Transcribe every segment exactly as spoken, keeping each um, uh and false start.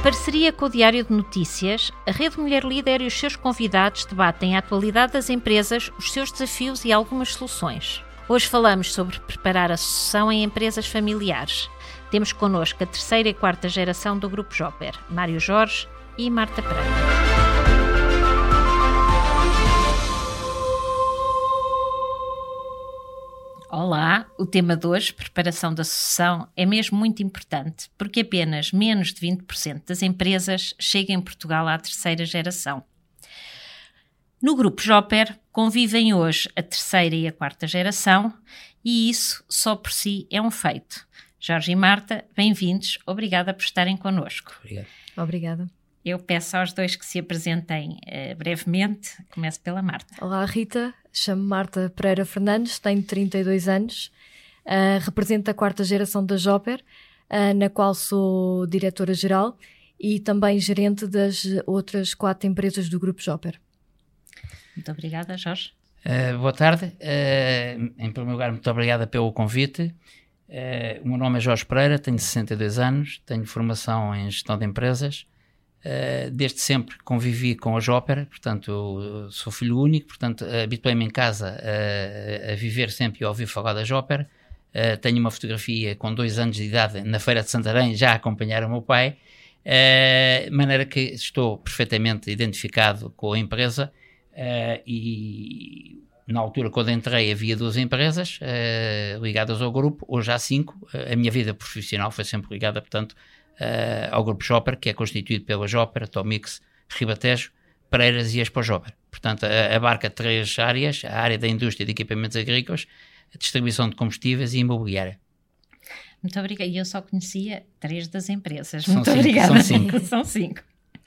parceria com o Diário de Notícias, a Rede Mulher Líder e os seus convidados debatem a atualidade das empresas, os seus desafios e algumas soluções. Hoje falamos sobre preparar a sucessão em empresas familiares. Temos connosco a terceira e quarta geração do Grupo Joper, Mário Jorge e Marta Pereira. Olá, o tema de hoje, preparação da sucessão, é mesmo muito importante, porque apenas menos de vinte por cento das empresas chegam em Portugal à terceira geração. No Grupo Joper convivem hoje a terceira e a quarta geração e isso só por si é um feito. Jorge e Marta, bem-vindos, obrigada por estarem connosco. Obrigado. Obrigada. Eu peço aos dois que se apresentem uh, brevemente. Começo pela Marta. Olá, Rita. Chamo-me Marta Pereira Fernandes, tenho trinta e dois anos, uh, represento a quarta geração da Joper, uh, na qual sou diretora-geral e também gerente das outras quatro empresas do Grupo Joper. Muito obrigada, Jorge. Uh, boa tarde. Uh, em primeiro lugar, muito obrigada pelo convite. Uh, o meu nome é Jorge Pereira, tenho sessenta e dois anos, tenho formação em gestão de empresas. Uh, desde sempre convivi com a Joper, portanto eu sou filho único, portanto habituei-me em casa uh, a viver sempre e a ouvir falar da Joper. Uh, tenho uma fotografia com dois anos de idade na Feira de Santarém, já a acompanhar o meu pai, uh, de maneira que estou perfeitamente identificado com a empresa uh, e na altura quando entrei havia duas empresas uh, ligadas ao grupo, hoje há cinco. Uh, a minha vida profissional foi sempre ligada, portanto, Uh, ao Grupo Joper, que é constituído pela Joper, Tomix, Ribatejo, Pereiras e Expo Joper. Portanto, a, abarca três áreas: a área da indústria de equipamentos agrícolas, a distribuição de combustíveis e imobiliária. Muito obrigada. E eu só conhecia três das empresas. São Muito cinco, obrigada. São cinco. São cinco.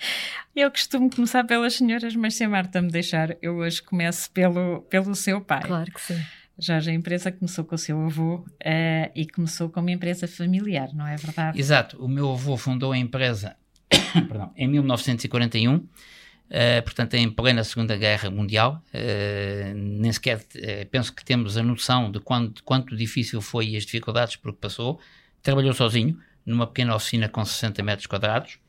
Eu costumo começar pelas senhoras, mas se a Marta me deixar, eu hoje começo pelo, pelo seu pai. Claro que sim. Jorge, a empresa começou com o seu avô uh, e começou como empresa familiar, não é verdade? Exato. O meu avô fundou a empresa perdão, em mil novecentos e quarenta e um, uh, portanto em plena Segunda Guerra Mundial. Uh, nem sequer uh, penso que temos a noção de quanto, quanto difícil foi e as dificuldades por que passou. Trabalhou sozinho, numa pequena oficina com sessenta metros quadrados.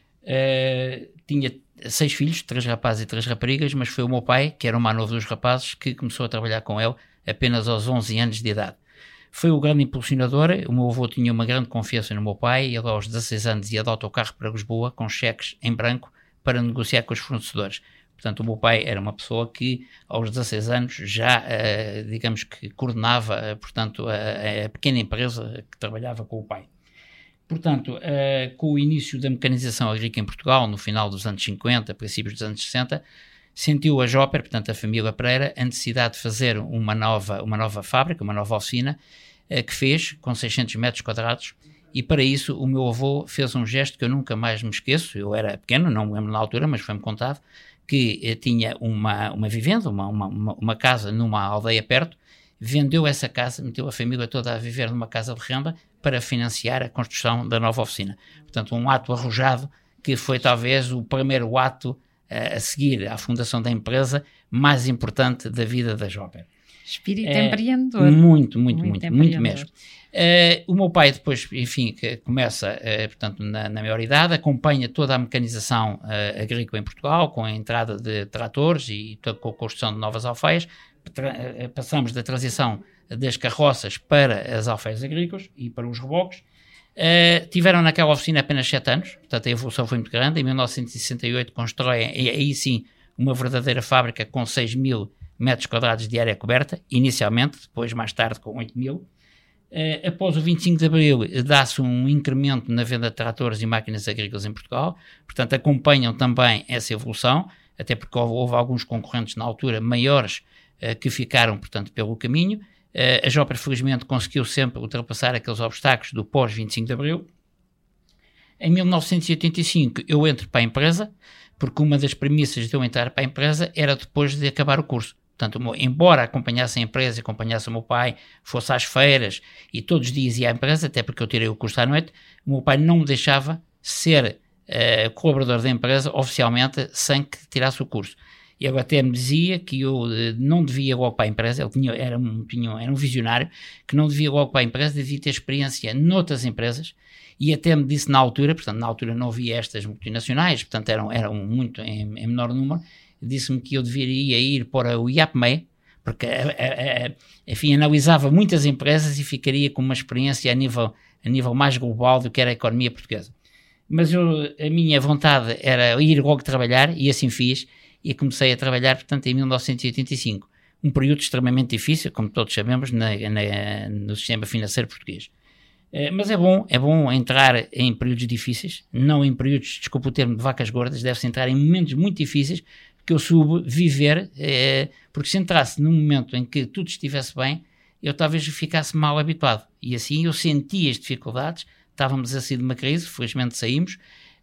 Uh, tinha seis filhos, três rapazes e três raparigas, mas foi o meu pai, que era o mais novo dos rapazes, que começou a trabalhar com ele apenas aos onze anos de idade. Foi o grande impulsionador. O meu avô tinha uma grande confiança no meu pai. Ele aos dezasseis anos ia de autocarro para Lisboa com cheques em branco para negociar com os fornecedores. Portanto, o meu pai era uma pessoa que aos dezasseis anos já, uh, digamos que coordenava, uh, portanto, a, a pequena empresa que trabalhava com o pai. Portanto, uh, com o início da mecanização agrícola em Portugal, no final dos anos cinquenta, princípios dos anos sessenta, sentiu a Joper, portanto a família Pereira, a necessidade de fazer uma nova, uma nova fábrica, uma nova oficina, eh, que fez com seiscentos metros quadrados, e para isso o meu avô fez um gesto que eu nunca mais me esqueço. Eu era pequeno, não me lembro na altura, mas foi-me contado, que eh, tinha uma, uma vivenda, uma, uma, uma casa numa aldeia perto, vendeu essa casa, meteu a família toda a viver numa casa de renda para financiar a construção da nova oficina. Portanto, um ato arrojado que foi talvez o primeiro ato a seguir à fundação da empresa mais importante da vida da Joper. Espírito é, empreendedor. Muito, muito, muito, muito, muito mesmo. Uh, o meu pai depois, enfim, que começa, uh, portanto, na, na maioridade, acompanha toda a mecanização uh, agrícola em Portugal, com a entrada de tratores e toda, com a construção de novas alfaias. Tra- uh, passamos da transição das carroças para as alfaias agrícolas e para os reboques. Uh, tiveram naquela oficina apenas sete anos, portanto a evolução foi muito grande. Em mil novecentos e sessenta e oito constroem, e aí sim, uma verdadeira fábrica com seis mil metros quadrados de área coberta, inicialmente, depois mais tarde com oito mil. Uh, após o vinte e cinco de Abril dá-se um incremento na venda de tratores e máquinas agrícolas em Portugal, portanto acompanham também essa evolução, até porque houve, houve alguns concorrentes na altura maiores uh, que ficaram, portanto, pelo caminho. Uh, a Joper, felizmente, conseguiu sempre ultrapassar aqueles obstáculos do pós-vinte e cinco de Abril. Em mil novecentos e oitenta e cinco eu entro para a empresa, porque uma das premissas de eu entrar para a empresa era depois de acabar o curso. Portanto, embora acompanhasse a empresa, acompanhasse o meu pai, fosse às feiras e todos os dias ia à empresa, até porque eu tirei o curso à noite, o meu pai não me deixava ser uh, colaborador da empresa oficialmente sem que tirasse o curso. Ele até me dizia que eu uh, não devia logo para a empresa, ele tinha, era, um, tinha, era um visionário, que não devia logo para a empresa, devia ter experiência noutras empresas, e até me disse na altura, portanto na altura não havia estas multinacionais, portanto eram, eram muito em, em menor número, disse-me que eu deveria ir para o I A P M E, porque a, a, a, enfim, analisava muitas empresas e ficaria com uma experiência a nível, a nível mais global do que era a economia portuguesa. Mas eu, a minha vontade era ir logo trabalhar, e assim fiz, e comecei a trabalhar, portanto, em mil novecentos e oitenta e cinco. Um período extremamente difícil, como todos sabemos, na, na, no sistema financeiro português. Uh, mas é bom, é bom entrar em períodos difíceis, não em períodos, desculpa o termo, de vacas gordas, deve-se entrar em momentos muito difíceis, que eu soube viver, eh, porque se entrasse num momento em que tudo estivesse bem, eu talvez ficasse mal habituado. E assim eu senti as dificuldades, estávamos a sair de uma crise, felizmente saímos.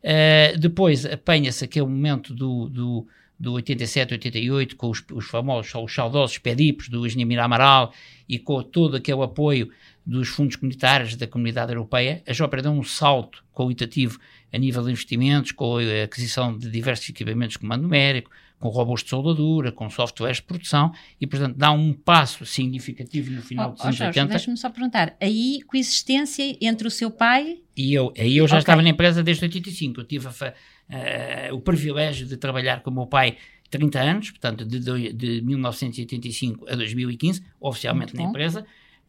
Uh, depois apanha-se aquele momento do, do, do oitenta e sete, oitenta e oito, com os, os famosos, os saudosos PEDIPs do engenheiro Mira Amaral e com todo aquele apoio dos fundos comunitários da Comunidade Europeia. A Joper deu um salto qualitativo a nível de investimentos, com a aquisição de diversos equipamentos de comando numérico, com robôs de soldadura, com softwares de produção, e portanto dá um passo significativo no final oh, dos anos oh, oitenta. Deixa-me só perguntar, aí coexistência entre o seu pai... E eu, aí eu já okay. estava na empresa desde oitenta e cinco, eu tive a, uh, o privilégio de trabalhar com o meu pai trinta anos, portanto de, de, de mil novecentos e oitenta e cinco a dois mil e quinze, oficialmente na empresa,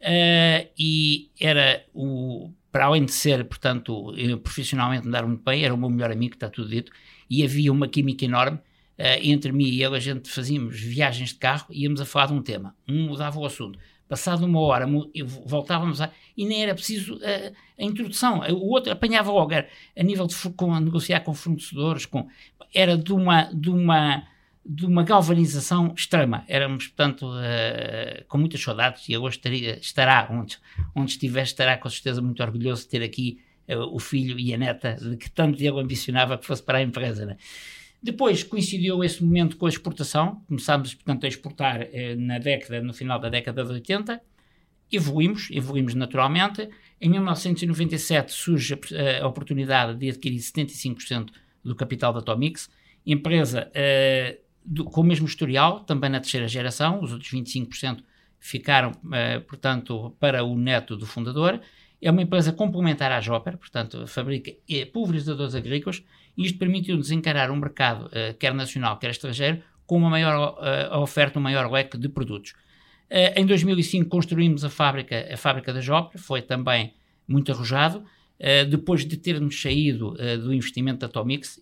uh, e era o... Para além de ser, portanto, profissionalmente me dar muito bem, era o meu melhor amigo, está tudo dito, e havia uma química enorme. Uh, entre mim e ele, a gente fazíamos viagens de carro e íamos a falar de um tema. Um mudava o assunto. Passado uma hora, voltávamos a... E nem era preciso uh, a introdução. O outro apanhava logo. Era, a nível de com, a negociar com fornecedores, com, era de uma, de, uma, de uma galvanização extrema. Éramos, portanto, uh, com muitas saudades, e eu hoje estaria, estará, onde, onde estiver, estará com certeza muito orgulhoso de ter aqui uh, o filho e a neta de que tanto ele ambicionava que fosse para a empresa, né? Depois coincidiu esse momento com a exportação, começámos, portanto, a exportar eh, na década, no final da década de oitenta, evoluímos, evoluímos naturalmente. Em mil novecentos e noventa e sete surge a, a oportunidade de adquirir setenta e cinco por cento do capital da Atomix, empresa eh, do, com o mesmo historial, também na terceira geração, os outros vinte e cinco por cento ficaram, eh, portanto, para o neto do fundador. É uma empresa complementar à Joper, portanto, fabrica eh, pulverizadores agrícolas, e isto permitiu-nos encarar um mercado, uh, quer nacional, quer estrangeiro, com uma maior uh, oferta, um maior leque de produtos. Uh, em dois mil e cinco construímos a fábrica, a fábrica da Joper, foi também muito arrojado, uh, depois de termos saído uh, do investimento da Atomix,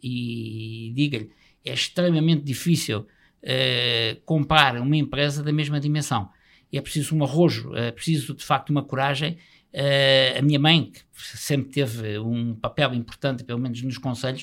e diga-lhe, é extremamente difícil uh, comprar uma empresa da mesma dimensão. É preciso um arrojo, é preciso de facto uma coragem. Uh, a minha mãe, que sempre teve um papel importante, pelo menos nos conselhos,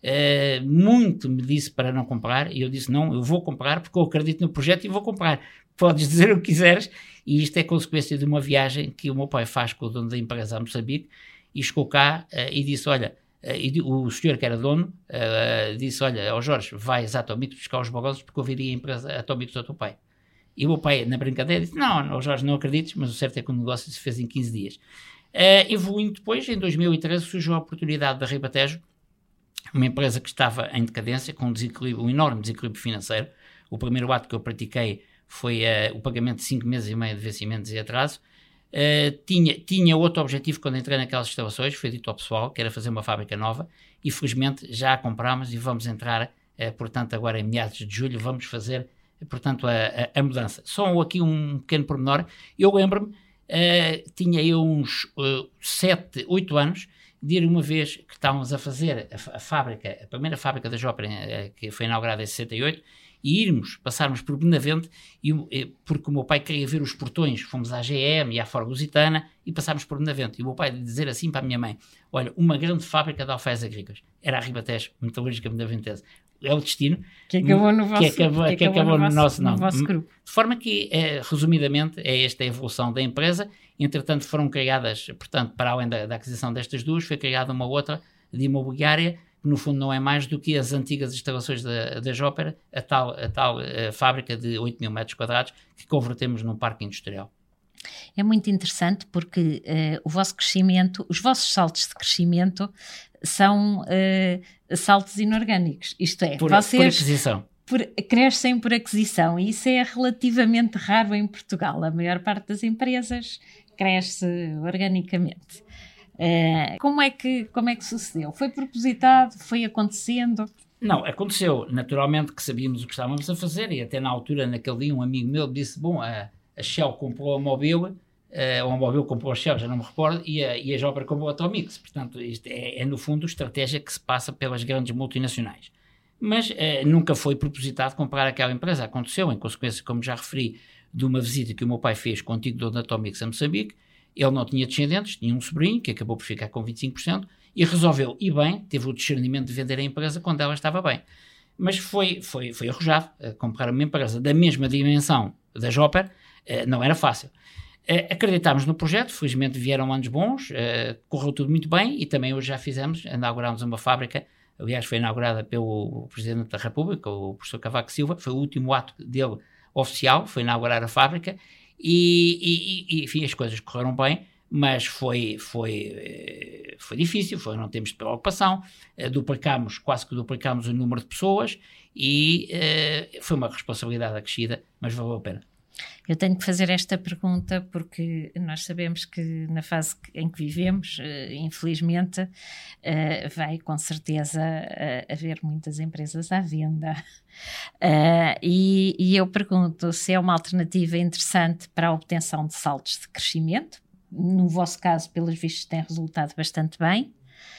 uh, muito me disse para não comprar, e eu disse não, eu vou comprar porque eu acredito no projeto e vou comprar. Podes dizer o que quiseres, e isto é consequência de uma viagem que o meu pai faz com o dono da empresa a Moçambique, e chegou cá uh, e disse, olha, uh, e o senhor que era dono, uh, disse, olha, ao Jorge, vais à Atomix buscar os balanços porque eu viria a empresa Atomix do teu pai. E o meu pai, na brincadeira, disse, não, não, Jorge, não acredites, mas o certo é que o negócio se fez em quinze dias. Uh, evoluindo depois, em dois mil e treze, surgiu a oportunidade da Ribatejo, uma empresa que estava em decadência, com um, desequilíbrio, um enorme desequilíbrio financeiro. O primeiro ato que eu pratiquei foi uh, o pagamento de cinco meses e meio de vencimentos e atraso. Uh, tinha, tinha outro objetivo quando entrei naquelas instalações, foi dito ao pessoal, que era fazer uma fábrica nova, e felizmente já a comprámos e vamos entrar, uh, portanto, agora em meados de julho, vamos fazer... portanto, a, a, a mudança. Só aqui um pequeno pormenor. Eu lembro-me, uh, tinha eu uns uh, sete, oito anos, de ir uma vez que estávamos a fazer a, a fábrica, a primeira fábrica da Joper, uh, que foi inaugurada em sessenta e oito, e irmos, passarmos por Benavente, e, e, porque o meu pai queria ver os portões, fomos à G M e à Ford Lusitana, e passámos por Benavente. E o meu pai dizer assim para a minha mãe, olha, uma grande fábrica de alfaias agrícolas. Era a Ribatejo, metalúrgica benaventesa. É o destino que acabou no vosso, que acabou, que que acabou acabou no, no, nosso, no não. vosso grupo. De forma que, é, resumidamente, é esta a evolução da empresa. Entretanto, foram criadas, portanto, para além da, da aquisição destas duas, foi criada uma outra de imobiliária, que no fundo não é mais do que as antigas instalações da, da Joper, a tal, a tal a fábrica de oito mil metros quadrados, que convertemos num parque industrial. É muito interessante porque uh, o vosso crescimento, os vossos saltos de crescimento são uh, saltos inorgânicos, isto é, por, vocês, por aquisição. por, crescem por aquisição, e isso é relativamente raro em Portugal. A maior parte das empresas cresce organicamente. Uh, como é que, como é que sucedeu? Foi propositado? Foi acontecendo? Não, aconteceu. Naturalmente que sabíamos o que estávamos a fazer, e até na altura, naquele dia, um amigo meu disse, bom, a, a Shell comprou a Mobil, uh, ou a Mobil comprou a Shell, já não me recordo, e a, e a Joper comprou a Atomix. Portanto, isto é, é, no fundo, estratégia que se passa pelas grandes multinacionais. Mas uh, nunca foi propositado comprar aquela empresa. Aconteceu, em consequência, como já referi, de uma visita que o meu pai fez com o antigo dono da Atomix a Moçambique. Ele não tinha descendentes, tinha um sobrinho que acabou por ficar com vinte e cinco por cento e resolveu, e bem, teve o discernimento de vender a empresa quando ela estava bem. Mas foi, foi, foi arrojado. Uh, comprar uma empresa da mesma dimensão da Joper uh, não era fácil. Uh, acreditámos no projeto, felizmente vieram anos bons, uh, correu tudo muito bem, e também hoje já fizemos, inaugurámos uma fábrica, aliás foi inaugurada pelo Presidente da República, o professor Cavaco Silva, foi o último ato dele oficial, foi inaugurar a fábrica. E, e, e enfim, as coisas correram bem, mas foi, foi, foi difícil, foi, não temos preocupação, uh, duplicámos, quase que duplicámos o número de pessoas, e uh, foi uma responsabilidade acrescida, mas valeu a pena. Eu tenho que fazer esta pergunta porque nós sabemos que na fase em que vivemos, uh, infelizmente, uh, vai com certeza uh, haver muitas empresas à venda. Uh, e, e eu pergunto se é uma alternativa interessante para a obtenção de saltos de crescimento. No vosso caso, pelos vistos, tem resultado bastante bem.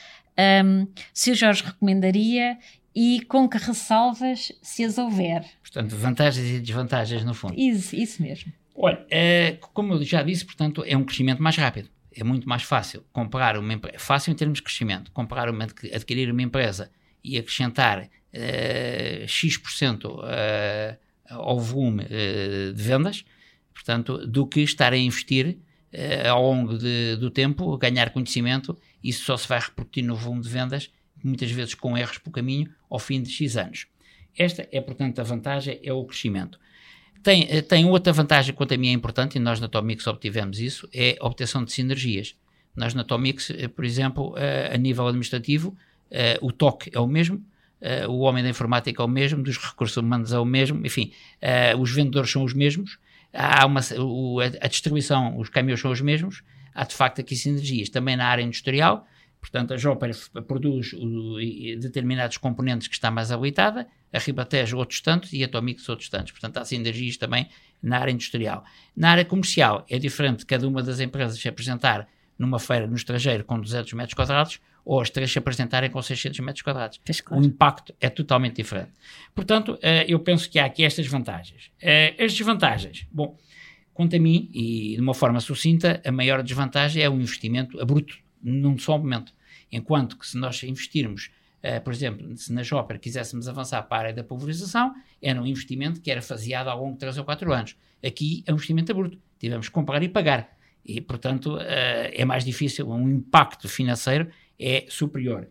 Um, se o Jorge recomendaria, e com que ressalvas, se as houver. Portanto, vantagens e desvantagens, no fundo. Isso, isso mesmo. Olha, é, como eu já disse, portanto, é um crescimento mais rápido. É muito mais fácil comprar uma empresa, fácil em termos de crescimento, comprar uma, adquirir uma empresa e acrescentar uh, X por cento uh, ao volume uh, de vendas, portanto, do que estar a investir uh, ao longo de, do tempo, ganhar conhecimento. Isso só se vai repercutir no volume de vendas, muitas vezes com erros pelo caminho, ao fim de X anos. Esta é, portanto, a vantagem, é o crescimento. Tem, tem outra vantagem, quanto a mim é importante, e nós na Atomix obtivemos isso, é a obtenção de sinergias. Nós na Atomix, por exemplo, a nível administrativo, o toque é o mesmo, o homem da informática é o mesmo, dos recursos humanos é o mesmo, enfim, os vendedores são os mesmos, há uma, a distribuição, os caminhões são os mesmos, há de facto aqui sinergias. Também na área industrial, portanto, a Joper produz o, determinados componentes que está mais habilitada, a Ribatejo outros tantos e a Atomix outros tantos. Portanto, há sinergias também na área industrial. Na área comercial é diferente cada uma das empresas se apresentar numa feira no estrangeiro com duzentos metros quadrados ou as três se apresentarem com seiscentos metros quadrados. Claro. O impacto é totalmente diferente. Portanto, eu penso que há aqui estas vantagens. As desvantagens, bom, quanto a mim, e de uma forma sucinta, a maior desvantagem é o investimento a bruto, num só momento. Enquanto que se nós investirmos, uh, por exemplo, se na Joper quiséssemos avançar para a área da pulverização, era um investimento que era faseado ao longo de três ou quatro anos. Aqui é um investimento a bruto. Tivemos que comprar e pagar. E, portanto, uh, é mais difícil, um impacto financeiro é superior.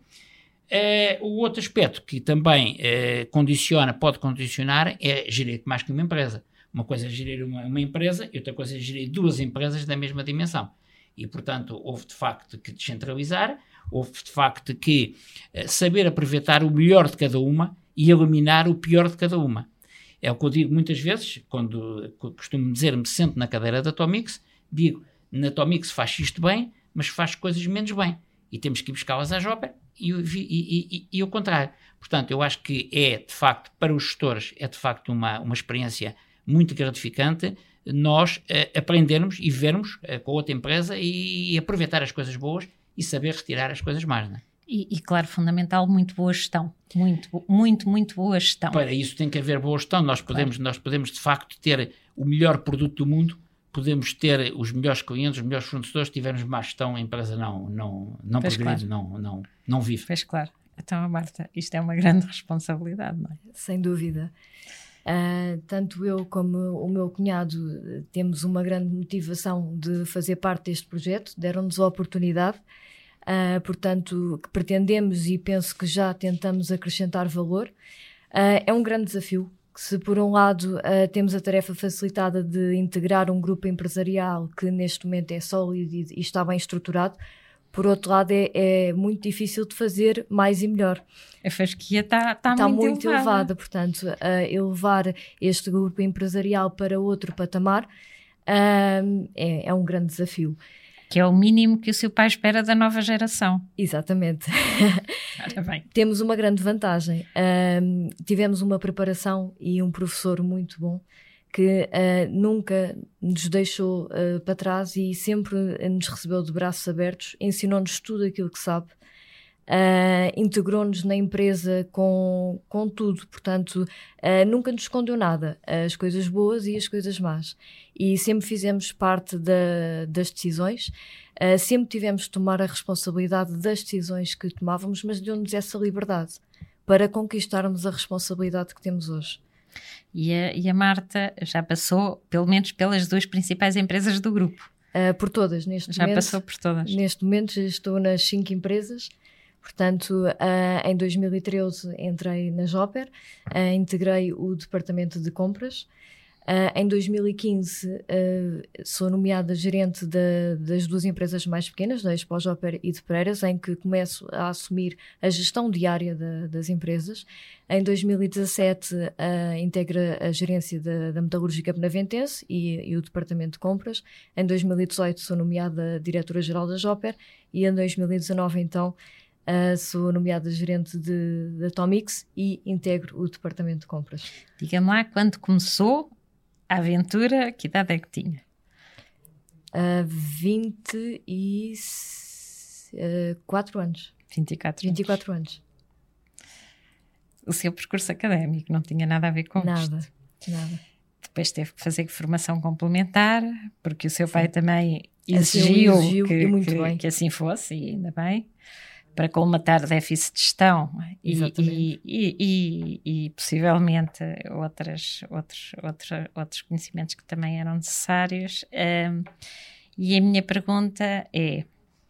Uh, o outro aspecto que também uh, condiciona, pode condicionar, é gerir mais que uma empresa. Uma coisa é gerir uma, uma empresa e outra coisa é gerir duas empresas da mesma dimensão. E, portanto, houve de facto que descentralizar, houve de facto que uh, saber aproveitar o melhor de cada uma e eliminar o pior de cada uma. É o que eu digo muitas vezes, quando costumo dizer, me sento na cadeira da Atomix, digo, na Atomix faz isto bem, mas faz coisas menos bem. E temos que ir buscá-las à Joper e, e, e, e, e o contrário. Portanto, eu acho que é, de facto, para os gestores, é de facto uma, uma experiência muito gratificante nós uh, aprendermos e vermos uh, com outra empresa e, e aproveitar as coisas boas e saber retirar as coisas más, não é? E, e, claro, fundamental, muito boa gestão. Muito, muito, muito boa gestão. Para isso tem que haver boa gestão. Nós podemos, claro. nós podemos de facto, ter o melhor produto do mundo, podemos ter os melhores clientes, os melhores fornecedores, se tivermos má gestão, a empresa não, não, não progride, claro. não, não, não vive. Pois claro. Então, Marta, isto é uma grande responsabilidade, não é? Sem dúvida. Uh, tanto eu como o meu cunhado temos uma grande motivação de fazer parte deste projeto, deram-nos a oportunidade, uh, portanto, que pretendemos e penso que já tentamos acrescentar valor. Uh, é um grande desafio, que se por um lado uh, temos a tarefa facilitada de integrar um grupo empresarial que neste momento é sólido e, e está bem estruturado, Por outro lado, é, é muito difícil de fazer mais e melhor. A fasquia está tá Está muito, muito elevada. elevada, portanto, uh, elevar este grupo empresarial para outro patamar uh, é, é um grande desafio. Que é o mínimo que o seu pai espera da nova geração. Exatamente. Ora bem. Temos uma grande vantagem. Uh, tivemos uma preparação e um professor muito bom que uh, nunca nos deixou uh, para trás e sempre nos recebeu de braços abertos, ensinou-nos tudo aquilo que sabe, uh, integrou-nos na empresa com, com tudo, portanto, uh, nunca nos escondeu nada, as coisas boas e as coisas más. E sempre fizemos parte da, das decisões, uh, sempre tivemos de tomar a responsabilidade das decisões que tomávamos, mas deu-nos essa liberdade para conquistarmos a responsabilidade que temos hoje. E a, e a Marta já passou, pelo menos, pelas duas principais empresas do grupo. Uh, por todas, neste já momento. Já passou por todas. Neste momento estou nas cinco empresas. Portanto, uh, em dois mil e treze entrei na Joper, uh, integrei o departamento de compras. Uh, em dois mil e quinze uh, sou nomeada gerente de, das duas empresas mais pequenas, da Expo Joper e de Pereiras, em que começo a assumir a gestão diária de, das empresas. Em dois mil e dezassete uh, integra a gerência de, da Metalúrgica Benaventense e, e o departamento de compras. Em dois mil e dezoito sou nomeada diretora-geral da Joper e em dois mil e dezanove então Uh, sou nomeada gerente da Tomix e integro o departamento de compras. Diga-me lá, quando começou a aventura, que idade é que tinha? Uh, vinte e quatro anos. vinte e quatro, vinte e quatro anos. O seu percurso académico não tinha nada a ver com nada, isto? Nada. Depois teve que fazer formação complementar, porque o seu pai Sim. também exigiu, assim, exigiu que, muito que, bem. que assim fosse, e ainda bem, para colmatar déficit de gestão e, e, e, e, e possivelmente outras, outros, outros, outros conhecimentos que também eram necessários. Um, e a minha pergunta é,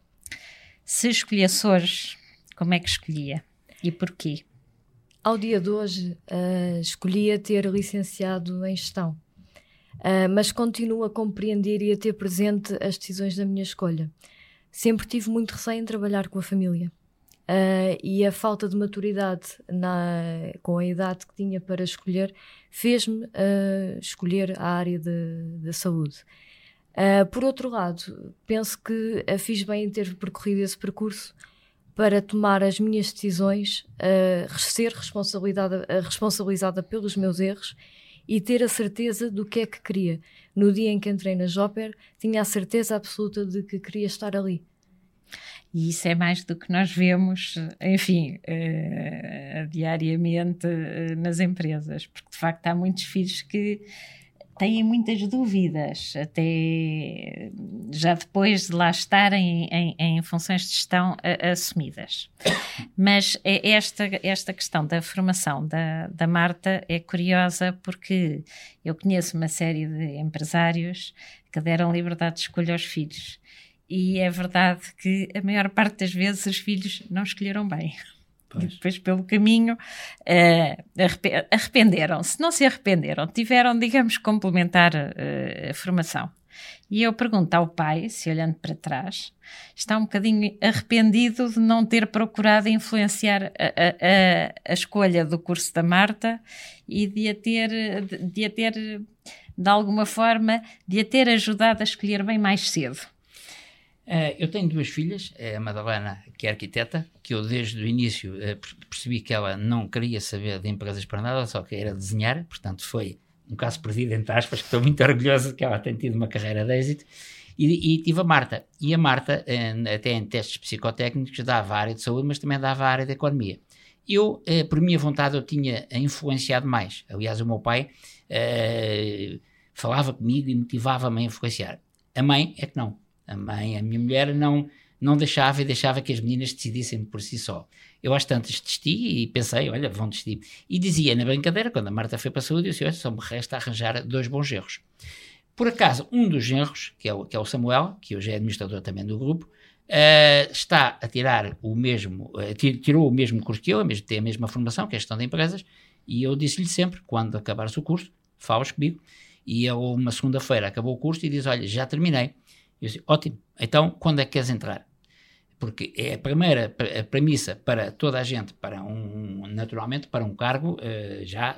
se escolhesse hoje, como é que escolhia e porquê? Ao dia de hoje, uh, escolhia ter licenciado em gestão, uh, mas continuo a compreender e a ter presente as decisões da minha escolha. Sempre tive muito receio em trabalhar com a família uh, e a falta de maturidade na, com a idade que tinha para escolher fez-me uh, escolher a área da saúde. Uh, por outro lado, penso que uh, fiz bem em ter percorrido esse percurso para tomar as minhas decisões, uh, ser responsabilizada, uh, responsabilizada pelos meus erros e ter a certeza do que é que queria. No dia em que entrei na Joper, tinha a certeza absoluta de que queria estar ali. E isso é mais do que nós vemos, enfim, uh, diariamente uh, nas empresas, porque de facto há muitos filhos que têm muitas dúvidas, até já depois de lá estarem em, em funções de gestão a, assumidas. Mas esta, esta questão da formação da, da Marta é curiosa porque eu conheço uma série de empresários que deram liberdade de escolha aos filhos e é verdade que a maior parte das vezes os filhos não escolheram bem. E depois pelo caminho uh, arrependeram-se, não se arrependeram, tiveram, digamos, complementar uh, a formação. E eu pergunto ao pai, se olhando para trás, está um bocadinho arrependido de não ter procurado influenciar a, a, a escolha do curso da Marta e de a ter, de, de a ter, de alguma forma, de a ter ajudado a escolher bem mais cedo. Uh, eu tenho duas filhas, a Madalena, que é arquiteta, que eu desde o início uh, percebi que ela não queria saber de empresas para nada, só que era desenhar, portanto foi um caso perdido, entre aspas, que estou muito orgulhoso que ela tenha tido uma carreira de êxito, e, e tive a Marta, e a Marta, uh, até em testes psicotécnicos, dava a área de saúde, mas também dava a área de economia. Eu, uh, por minha vontade, eu tinha influenciado mais, aliás o meu pai uh, falava comigo e motivava-me a influenciar. A mãe é que não. A mãe, a minha mulher, não, não deixava e deixava que as meninas decidissem por si só. Eu às tantas desisti e pensei, olha, vão decidir. E dizia na brincadeira, quando a Marta foi para a saúde, eu disse, olha, só me resta arranjar dois bons genros. Por acaso, um dos genros, que é o, que é o Samuel, que hoje é administrador também do grupo, uh, está a tirar o mesmo, uh, tirou o mesmo curso que eu, tem a mesma formação, que é a gestão de empresas, e eu disse-lhe sempre, quando acabar-se o curso, falas comigo, e ele uma segunda-feira acabou o curso e diz, olha, já terminei. Eu disse, ótimo, então quando é que queres entrar? porque é a primeira a premissa para toda a gente, para um, naturalmente para um cargo uh, já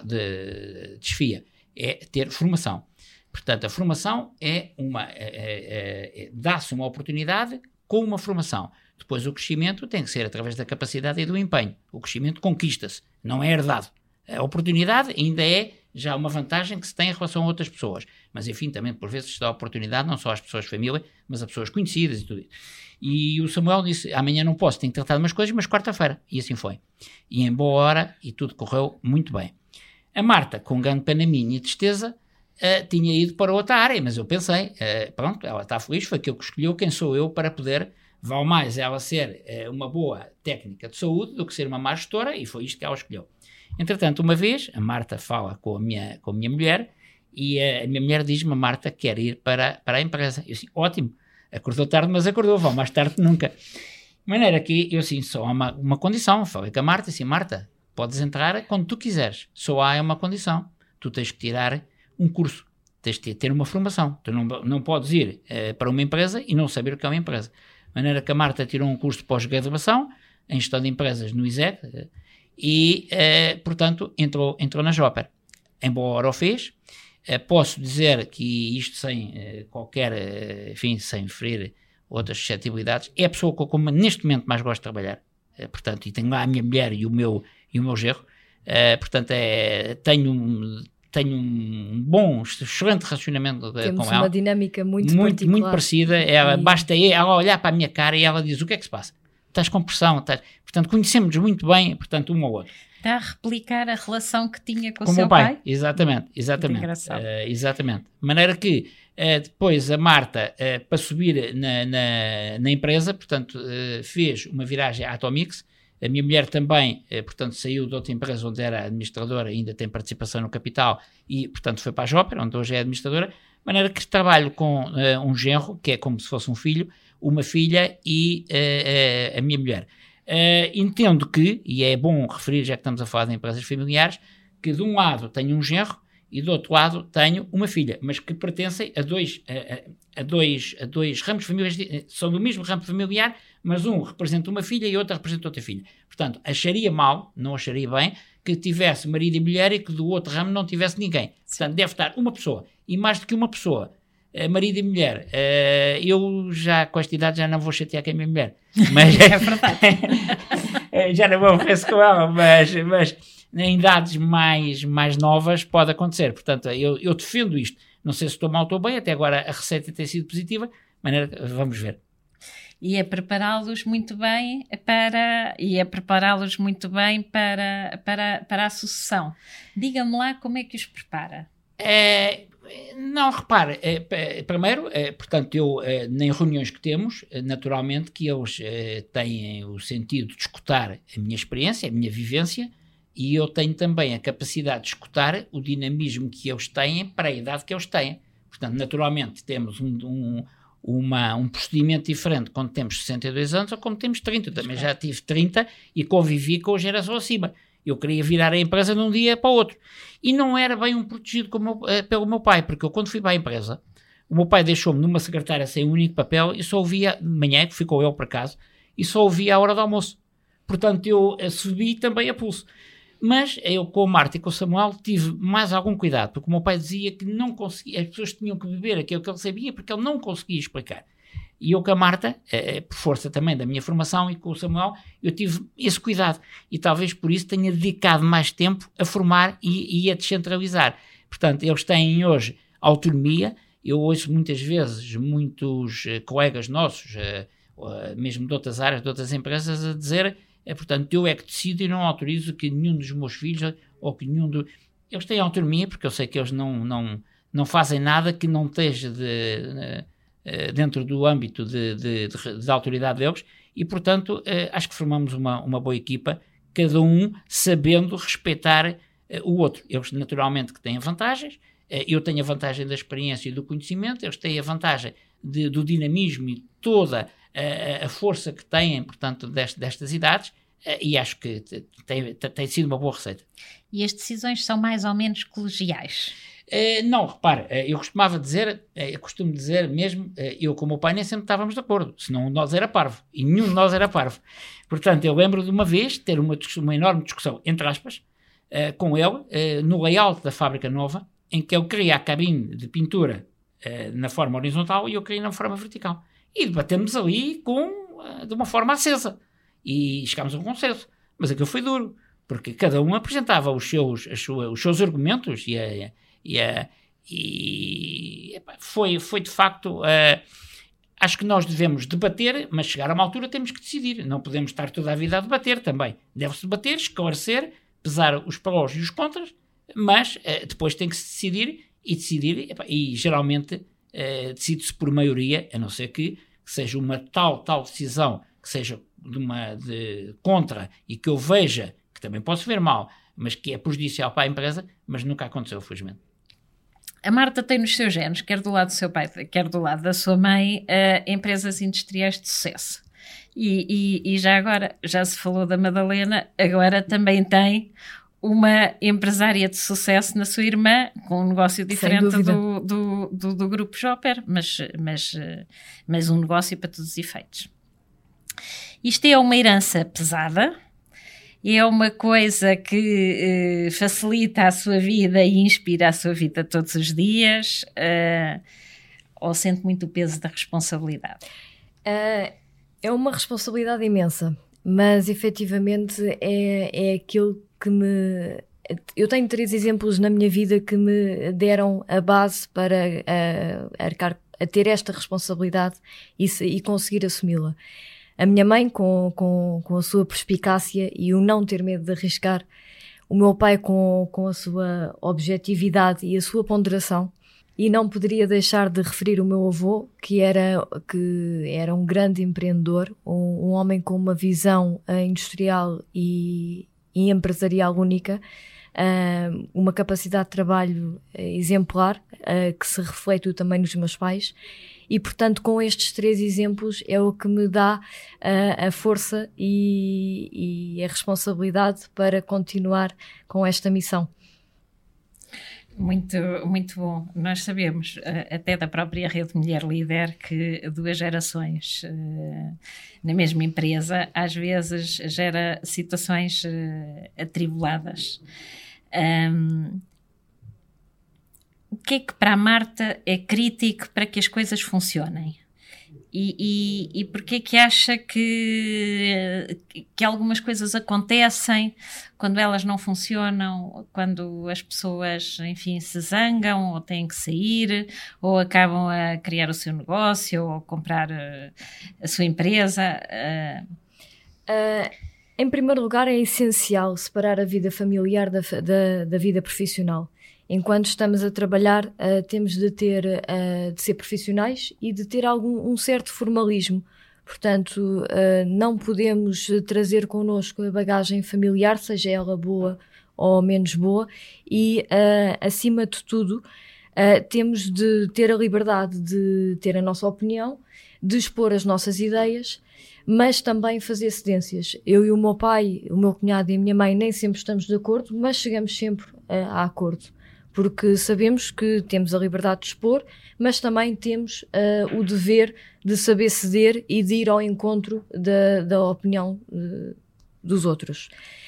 de desfia, é ter formação. Portanto, a formação é uma, é, é, é, dá-se uma oportunidade com uma formação. Depois o crescimento tem que ser através da capacidade e do empenho. O crescimento conquista-se, não é herdado. A oportunidade ainda é já uma vantagem que se tem em relação a outras pessoas. Mas, enfim, também por vezes se dá a oportunidade não só às pessoas de família, mas a pessoas conhecidas e tudo isso. E o Samuel disse, amanhã não posso, tenho que tratar de umas coisas, mas quarta-feira. E assim foi. E em boa hora, e tudo correu muito bem. A Marta, com grande pena minha e tristeza, uh, tinha ido para outra área, mas eu pensei, uh, pronto, ela está feliz, foi aquilo que escolheu, quem sou eu para poder, vale mais ela ser uh, uma boa técnica de saúde do que ser uma má gestora, e foi isto que ela escolheu. Entretanto, uma vez, a Marta fala com a minha, com a minha mulher, e a, a minha mulher diz-me, a Marta quer ir para, para a empresa. Eu assim, ótimo, acordou tarde, mas acordou, vá mais tarde nunca. De maneira que eu assim, só há uma, uma condição, falei com a Marta, assim, Marta, podes entrar quando tu quiseres, só há uma condição, tu tens que tirar um curso, tens de ter uma formação, tu não, não podes ir uh, para uma empresa e não saber o que é uma empresa. De maneira que a Marta tirou um curso de pós-graduação em gestão de empresas no I S E C, uh, e, uh, portanto, entrou, entrou na Joper. Em boa hora o fez. Uh, posso dizer que isto sem uh, qualquer, uh, enfim, sem ferir outras suscetibilidades, é a pessoa com como neste momento mais gosto de trabalhar. Uh, portanto, e tenho lá a minha mulher e o meu, e o meu genro. Uh, portanto, é, tenho, um, tenho um bom, excelente relacionamento uh, com ela. Temos uma dinâmica muito Muito, particular. muito parecida. Ela, e... Basta ela olhar para a minha cara e ela diz, o que é que se passa? Estás com pressão, estás... Portanto, conhecemos muito bem, portanto, um ao outro. Está a replicar a relação que tinha com, com o seu pai. pai? Exatamente, exatamente. Uh, exatamente. De maneira que uh, depois a Marta, uh, para subir na, na, na empresa, portanto, uh, fez uma viragem à Atomix. A minha mulher também, uh, portanto, saiu de outra empresa onde era administradora, ainda tem participação no capital e, portanto, foi para a Joper, onde hoje é administradora. De maneira que trabalho com uh, um genro, que é como se fosse um filho, uma filha e uh, uh, a minha mulher. Uh, entendo que, e é bom referir, já que estamos a falar de empresas familiares, que de um lado tenho um genro e do outro lado tenho uma filha, mas que pertencem a dois, a, a, dois, a dois ramos familiares, são do mesmo ramo familiar, mas um representa uma filha e outro representa outra filha. Portanto, acharia mal, não acharia bem, que tivesse marido e mulher e que do outro ramo não tivesse ninguém. Portanto, deve estar uma pessoa, e mais do que uma pessoa, marido e mulher. Uh, eu já com esta idade já não vou chatear com a minha mulher, mas é verdade. já não vou aborrecer com ela, mas, mas em idades mais, mais novas pode acontecer. Portanto, eu, eu defendo isto. Não sei se estou mal ou estou bem, até agora a receita tem sido positiva, maneira, vamos ver. E é prepará-los muito bem para e é prepará-los muito bem para, para, para a sucessão. Diga-me lá como é que os prepara. É, não, repare, é, primeiro, é, portanto, eu, é, em reuniões que temos, é, naturalmente que eles é, têm o sentido de escutar a minha experiência, a minha vivência, e eu tenho também a capacidade de escutar o dinamismo que eles têm para a idade que eles têm. Portanto, naturalmente, temos um, um, uma, um procedimento diferente quando temos sessenta e dois anos ou quando temos trinta. Eu também já tive trinta e convivi com a geração acima. Eu queria virar a empresa de um dia para o outro. E não era bem um protegido como, uh, pelo meu pai, porque eu quando fui para a empresa, o meu pai deixou-me numa secretária sem um único papel e só ouvia, de manhã, que ficou eu por acaso, e só ouvia a hora do almoço. Portanto, eu uh, subi também a pulso. Mas eu com o Marta e com o Samuel tive mais algum cuidado, porque o meu pai dizia que não conseguia, as pessoas tinham que beber aquilo que ele sabia, porque ele não conseguia explicar. E eu com a Marta, eh, por força também da minha formação, e com o Samuel, eu tive esse cuidado. E talvez por isso tenha dedicado mais tempo a formar e, e a descentralizar. Portanto, eles têm hoje autonomia. Eu ouço muitas vezes muitos eh, colegas nossos, eh, mesmo de outras áreas, de outras empresas, a dizer, eh, portanto, eu é que decido e não autorizo que nenhum dos meus filhos, ou que nenhum do... Eles têm autonomia, porque eu sei que eles não, não, não fazem nada que não esteja de... de dentro do âmbito de, de, de, de autoridade deles e, portanto, eh, acho que formamos uma, uma boa equipa, cada um sabendo respeitar eh, o outro. Eles, naturalmente, que têm vantagens, eh, eu tenho a vantagem da experiência e do conhecimento, eles têm a vantagem de, do dinamismo e toda a, a força que têm, portanto, dest, destas idades, eh, e acho que tem, tem sido uma boa receita. E as decisões são mais ou menos colegiais? Uh, não, repare, uh, eu costumava dizer, uh, eu costumo dizer mesmo, uh, eu com o meu pai nem sempre estávamos de acordo, senão um de nós era parvo, e nenhum de nós era parvo. Portanto, eu lembro de uma vez ter uma, uma enorme discussão, entre aspas, uh, com ele, uh, no layout da fábrica nova, em que ele queria a cabine de pintura uh, na forma horizontal e eu queria na forma vertical. E debatemos ali com, uh, de uma forma acesa. E chegámos a um consenso. Mas aquilo foi duro, porque cada um apresentava os seus, as suas, os seus argumentos e, a, e, a, e epa, foi, foi de facto... Uh, acho que nós devemos debater, mas chegar a uma altura temos que decidir. Não podemos estar toda a vida a debater também. Deve-se debater, esclarecer, pesar os prós e os contras, mas uh, depois tem que se decidir e decidir, epa, e geralmente uh, decide-se por maioria, a não ser que, que seja uma tal, tal decisão que seja de uma de contra e que eu veja, que também posso ver mal, mas que é prejudicial para a empresa, mas nunca aconteceu, felizmente. A Marta tem nos seus genes, quer do lado do seu pai, quer do lado da sua mãe, uh, empresas industriais de sucesso. E, e, e já agora, já se falou da Madalena, agora também tem uma empresária de sucesso na sua irmã, com um negócio diferente do, do, do, do grupo Joper, mas, mas, mas um negócio para todos os efeitos. Isto é uma herança pesada, é uma coisa que uh, facilita a sua vida e inspira a sua vida todos os dias, uh, ou sente muito o peso da responsabilidade? Uh, é uma responsabilidade imensa, mas efetivamente é, é aquilo que me... Eu tenho três exemplos na minha vida que me deram a base para uh, arcar, a ter esta responsabilidade e, se, e conseguir assumi-la. A minha mãe, com, com, com a sua perspicácia e o não ter medo de arriscar. O meu pai, com, com a sua objetividade e a sua ponderação. E não poderia deixar de referir o meu avô, que era, que era um grande empreendedor, um, um homem com uma visão uh, industrial e, e empresarial única, uh, uma capacidade de trabalho uh, exemplar, uh, que se reflete também nos meus pais. E, portanto, com estes três exemplos é o que me dá uh, a força e, e a responsabilidade para continuar com esta missão. Muito, muito bom. Nós sabemos, uh, até da própria Rede Mulher Líder, que duas gerações uh, na mesma empresa às vezes gera situações uh, atribuladas. Um, O que é que para a Marta é crítico para que as coisas funcionem? E, e, e porquê que acha que, que algumas coisas acontecem quando elas não funcionam, quando as pessoas, enfim, se zangam ou têm que sair, ou acabam a criar o seu negócio, ou comprar a, a sua empresa? Uh... Uh, em primeiro lugar, é essencial separar a vida familiar da, da, da vida profissional. Enquanto estamos a trabalhar, uh, temos de ter, uh, de ser profissionais e de ter algum, um certo formalismo. Portanto, uh, não podemos trazer connosco a bagagem familiar, seja ela boa ou menos boa, e, uh, acima de tudo, uh, temos de ter a liberdade de ter a nossa opinião, de expor as nossas ideias, mas também fazer cedências. Eu e o meu pai, o meu cunhado e a minha mãe nem sempre estamos de acordo, mas chegamos sempre uh, a acordo. Porque sabemos que temos a liberdade de expor, mas também temos uh, o dever de saber ceder e de ir ao encontro da, da opinião uh, dos outros.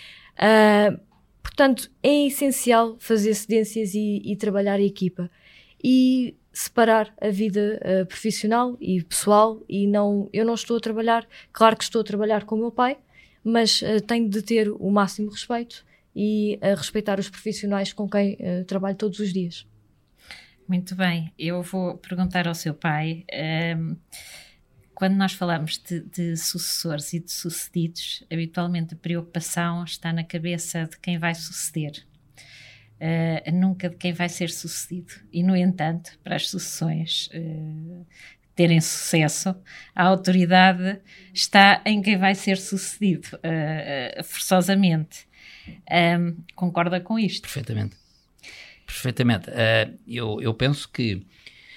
Uh, portanto, é essencial fazer cedências e, e trabalhar em equipa. E separar a vida uh, profissional e pessoal. E não, eu não estou a trabalhar, claro que estou a trabalhar com o meu pai, mas uh, tenho de ter o máximo respeito e a respeitar os profissionais com quem uh, trabalho todos os dias. Muito bem, eu vou perguntar ao seu pai, um, quando nós falamos de, de sucessores e de sucedidos, habitualmente a preocupação está na cabeça de quem vai suceder, uh, nunca de quem vai ser sucedido. E, no entanto, para as sucessões uh, terem sucesso, a autoridade está em quem vai ser sucedido, uh, uh, forçosamente. Um, concorda com isto? Perfeitamente. Perfeitamente. Uh, eu, eu penso que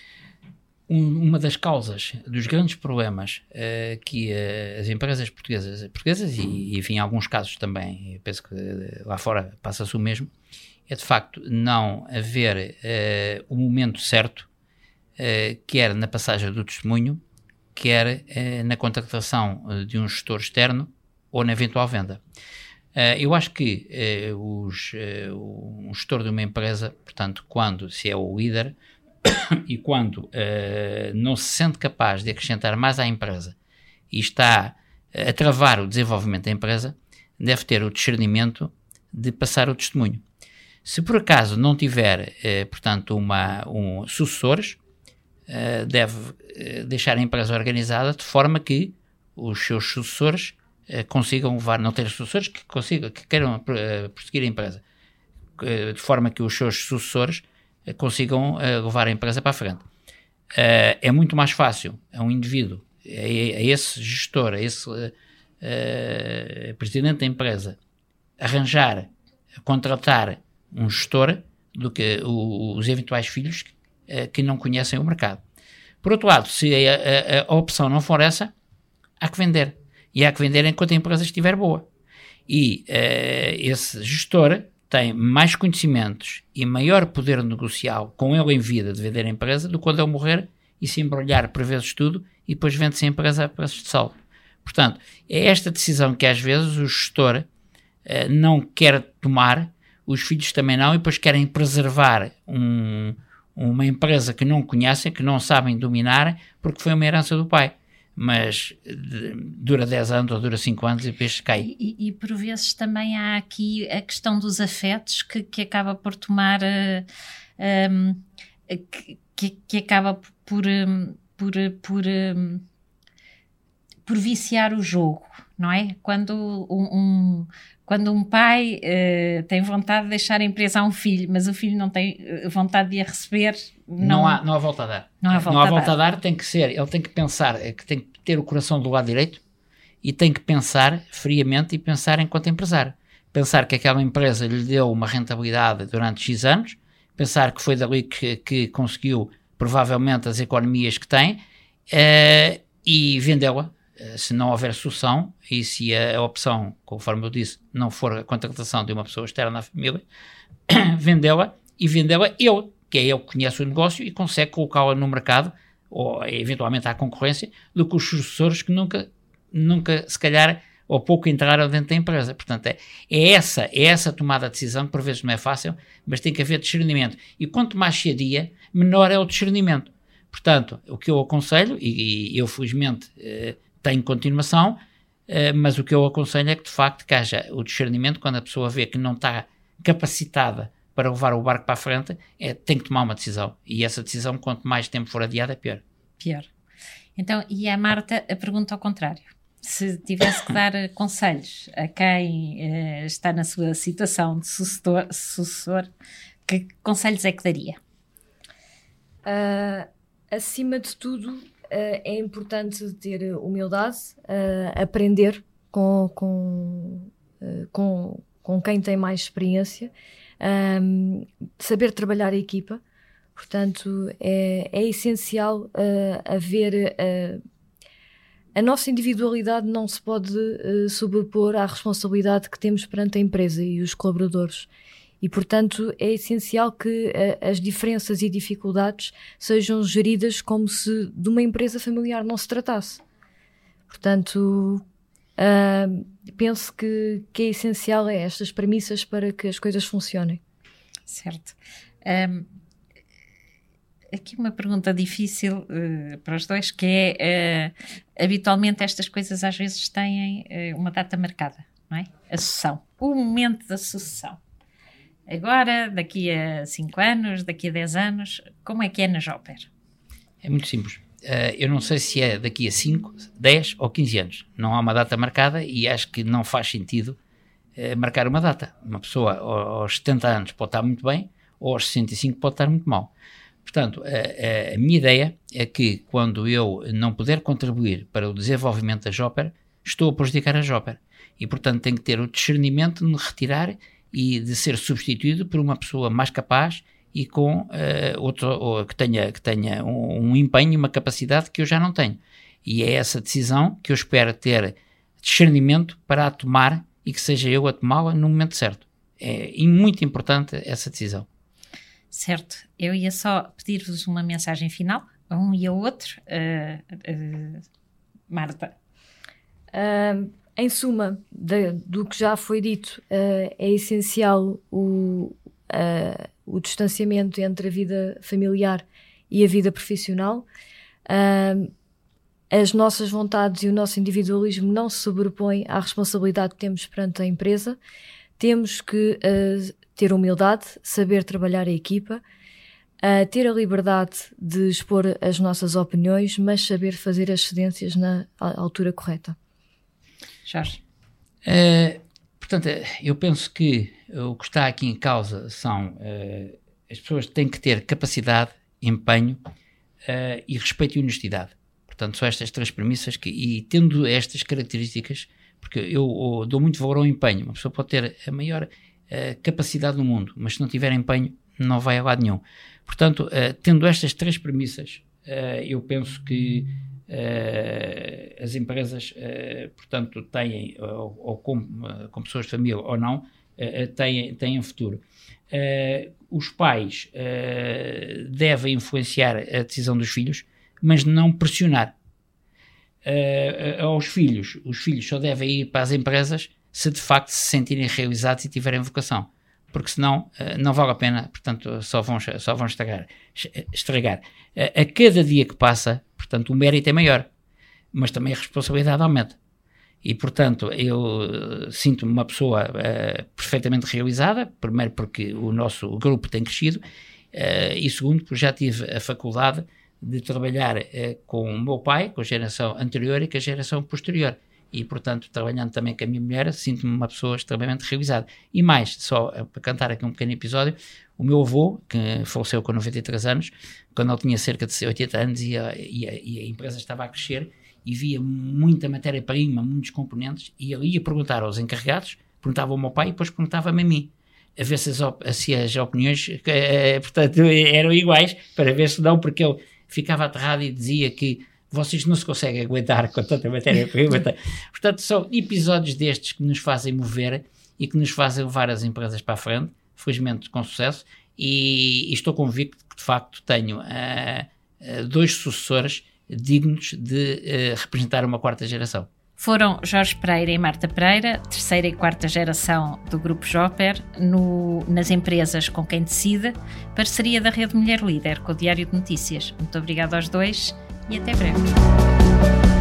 um, uma das causas dos grandes problemas uh, que uh, as empresas portuguesas, portuguesas e, e, enfim, em alguns casos também, eu penso que lá fora passa-se o mesmo, é de facto não haver uh, o momento certo, uh, quer na passagem do testemunho, quer uh, na contratação uh, de um gestor externo ou na eventual venda. Uh, eu acho que uh, os, uh, um gestor de uma empresa, portanto, quando se é o líder e quando uh, não se sente capaz de acrescentar mais à empresa e está a travar o desenvolvimento da empresa, deve ter o discernimento de passar o testemunho. Se por acaso não tiver, eh, portanto, uma, um, sucessores, eh, deve eh, deixar a empresa organizada de forma que os seus sucessores eh, consigam levar, não ter sucessores que consigam, que queiram eh, prosseguir a empresa, eh, de forma que os seus sucessores eh, consigam eh, levar a empresa para a frente. Eh, é muito mais fácil a um indivíduo, a, a esse gestor, a esse eh, presidente da empresa, arranjar, contratar um gestor do que o, os eventuais filhos uh, que não conhecem o mercado. Por outro lado, se a, a, a opção não for essa, há que vender. E há que vender enquanto a empresa estiver boa. E uh, esse gestor tem mais conhecimentos e maior poder negocial com ele em vida de vender a empresa do que quando ele morrer e se embrulhar por vezes tudo e depois vende-se a empresa a preços de saldo. Portanto, é esta decisão que às vezes o gestor uh, não quer tomar, os filhos também não, e depois querem preservar um, uma empresa que não conhecem, que não sabem dominar, porque foi uma herança do pai. Mas de, dura dez anos ou dura cinco anos e depois cai. E, e por vezes também há aqui a questão dos afetos que, que acaba por tomar, uh, um, que, que acaba por, um, por, por, um, por viciar o jogo, não é? Quando um... um Quando um pai uh, tem vontade de deixar a empresa a um filho, mas o filho não tem vontade de a receber, não, não, há, não há volta a dar. Não há volta, não há a, volta dar. a dar, tem que ser, ele tem que pensar, que tem que ter o coração do lado direito e tem que pensar friamente e pensar enquanto empresário. Pensar que aquela empresa lhe deu uma rentabilidade durante X anos, pensar que foi dali que, que conseguiu provavelmente as economias que tem uh, e vendê-la. Se não houver solução e se a, a opção, conforme eu disse, não for a contratação de uma pessoa externa à família, vendê-la e vendê-la eu, que é eu que conheço o negócio e consegue colocá-la no mercado ou eventualmente à concorrência do que os sucessores que nunca, nunca se calhar, ou pouco entraram dentro da empresa. Portanto, é, é, essa, é essa tomada de decisão, que por vezes não é fácil, mas tem que haver discernimento. E quanto mais se adia, menor é o discernimento. Portanto, o que eu aconselho, e, e eu felizmente... Eh, tem continuação, uh, mas o que eu aconselho é que de facto que haja o discernimento quando a pessoa vê que não está capacitada para levar o barco para a frente, é, tem que tomar uma decisão, e essa decisão quanto mais tempo for adiada é pior. Pior. Então, e a Marta a pergunta ao contrário, se tivesse que dar conselhos a quem uh, está na sua situação de sucessor, sucessor, que conselhos é que daria? Uh, acima de tudo, Uh, é importante ter humildade, uh, aprender com, com, uh, com, com quem tem mais experiência, um, saber trabalhar a equipa. Portanto, é, é essencial uh, haver... Uh, a nossa individualidade não se pode uh, sobrepor à responsabilidade que temos perante a empresa e os colaboradores. E, portanto, é essencial que uh, as diferenças e dificuldades sejam geridas como se de uma empresa familiar não se tratasse. Portanto, uh, penso que, que é essencial é estas premissas para que as coisas funcionem. Certo. Um, aqui uma pergunta difícil uh, para os dois, que é, uh, habitualmente estas coisas às vezes têm uh, uma data marcada, não é? A sucessão. O momento da sucessão. Agora, daqui a cinco anos, daqui a dez anos, como é que é na Joper? É muito simples. Uh, eu não sei se é daqui a cinco, dez ou quinze anos. Não há uma data marcada e acho que não faz sentido uh, marcar uma data. Uma pessoa aos setenta anos pode estar muito bem ou aos sessenta e cinco pode estar muito mal. Portanto, a, a, a minha ideia é que quando eu não puder contribuir para o desenvolvimento da Joper, estou a prejudicar a Joper. E, portanto, tenho que ter o discernimento de me retirar e de ser substituído por uma pessoa mais capaz e com uh, outro, ou que tenha, que tenha um, um empenho e uma capacidade que eu já não tenho. E é essa decisão que eu espero ter discernimento para a tomar e que seja eu a tomá-la no momento certo. é muito importante essa decisão. Certo. Eu ia só pedir-vos uma mensagem final, a um e ao outro. Uh, uh, Marta. Uh, em suma, de, do que já foi dito, uh, é essencial o, uh, o distanciamento entre a vida familiar e a vida profissional. Uh, as nossas vontades e o nosso individualismo não se sobrepõem à responsabilidade que temos perante a empresa. Temos que uh, ter humildade, saber trabalhar a equipa, uh, ter a liberdade de expor as nossas opiniões, mas saber fazer as cedências na altura correta. Jorge. Uh, portanto, eu penso que o que está aqui em causa são uh, as pessoas têm que ter capacidade, empenho uh, e respeito e honestidade. Portanto, são estas três premissas que, e tendo estas características, porque eu, eu dou muito valor ao empenho. Uma pessoa pode ter a maior uh, capacidade do mundo, mas se não tiver empenho, não vai a lado nenhum. Portanto, uh, tendo estas três premissas, uh, eu penso que uh, as empresas, uh, portanto, têm, ou, ou com, uh, com pessoas de família ou não, uh, têm, têm futuro. Uh, os pais uh, devem influenciar a decisão dos filhos, mas não pressionar. Uh, aos filhos, os filhos só devem ir para as empresas se de facto se sentirem realizados e tiverem vocação, porque senão uh, não vale a pena, portanto só vão, só vão estragar, estragar. Uh, a cada dia que passa, portanto o mérito é maior, mas também a responsabilidade aumenta, e portanto eu uh, sinto-me uma pessoa uh, perfeitamente realizada, primeiro porque o nosso grupo tem crescido, uh, e segundo porque já tive a faculdade de trabalhar eh, com o meu pai, com a geração anterior e com a geração posterior. E, portanto, trabalhando também com a minha mulher, sinto-me uma pessoa extremamente realizada. E mais, só eh, para cantar aqui um pequeno episódio, o meu avô, que faleceu com noventa e três anos, quando ele tinha cerca de oitenta anos e a, e a, e a empresa estava a crescer e via muita matéria-prima, muitos componentes, e ele ia perguntar aos encarregados, perguntava ao meu pai e depois perguntava-me a mim, a ver se as, op- se as opiniões, eh, portanto, eram iguais, para ver se não, porque ele ficava aterrado e dizia que vocês não se conseguem aguentar com tanta matéria-prima. Portanto, são episódios destes que nos fazem mover e que nos fazem levar as empresas para a frente, felizmente com sucesso, e, e estou convicto que de facto tenho uh, uh, dois sucessores dignos de uh, representar uma quarta geração. Foram Jorge Pereira e Marta Pereira, terceira e quarta geração do Grupo Joper, no, nas empresas com quem decide, parceria da Rede Mulher Líder com o Diário de Notícias. Muito obrigada aos dois e até breve.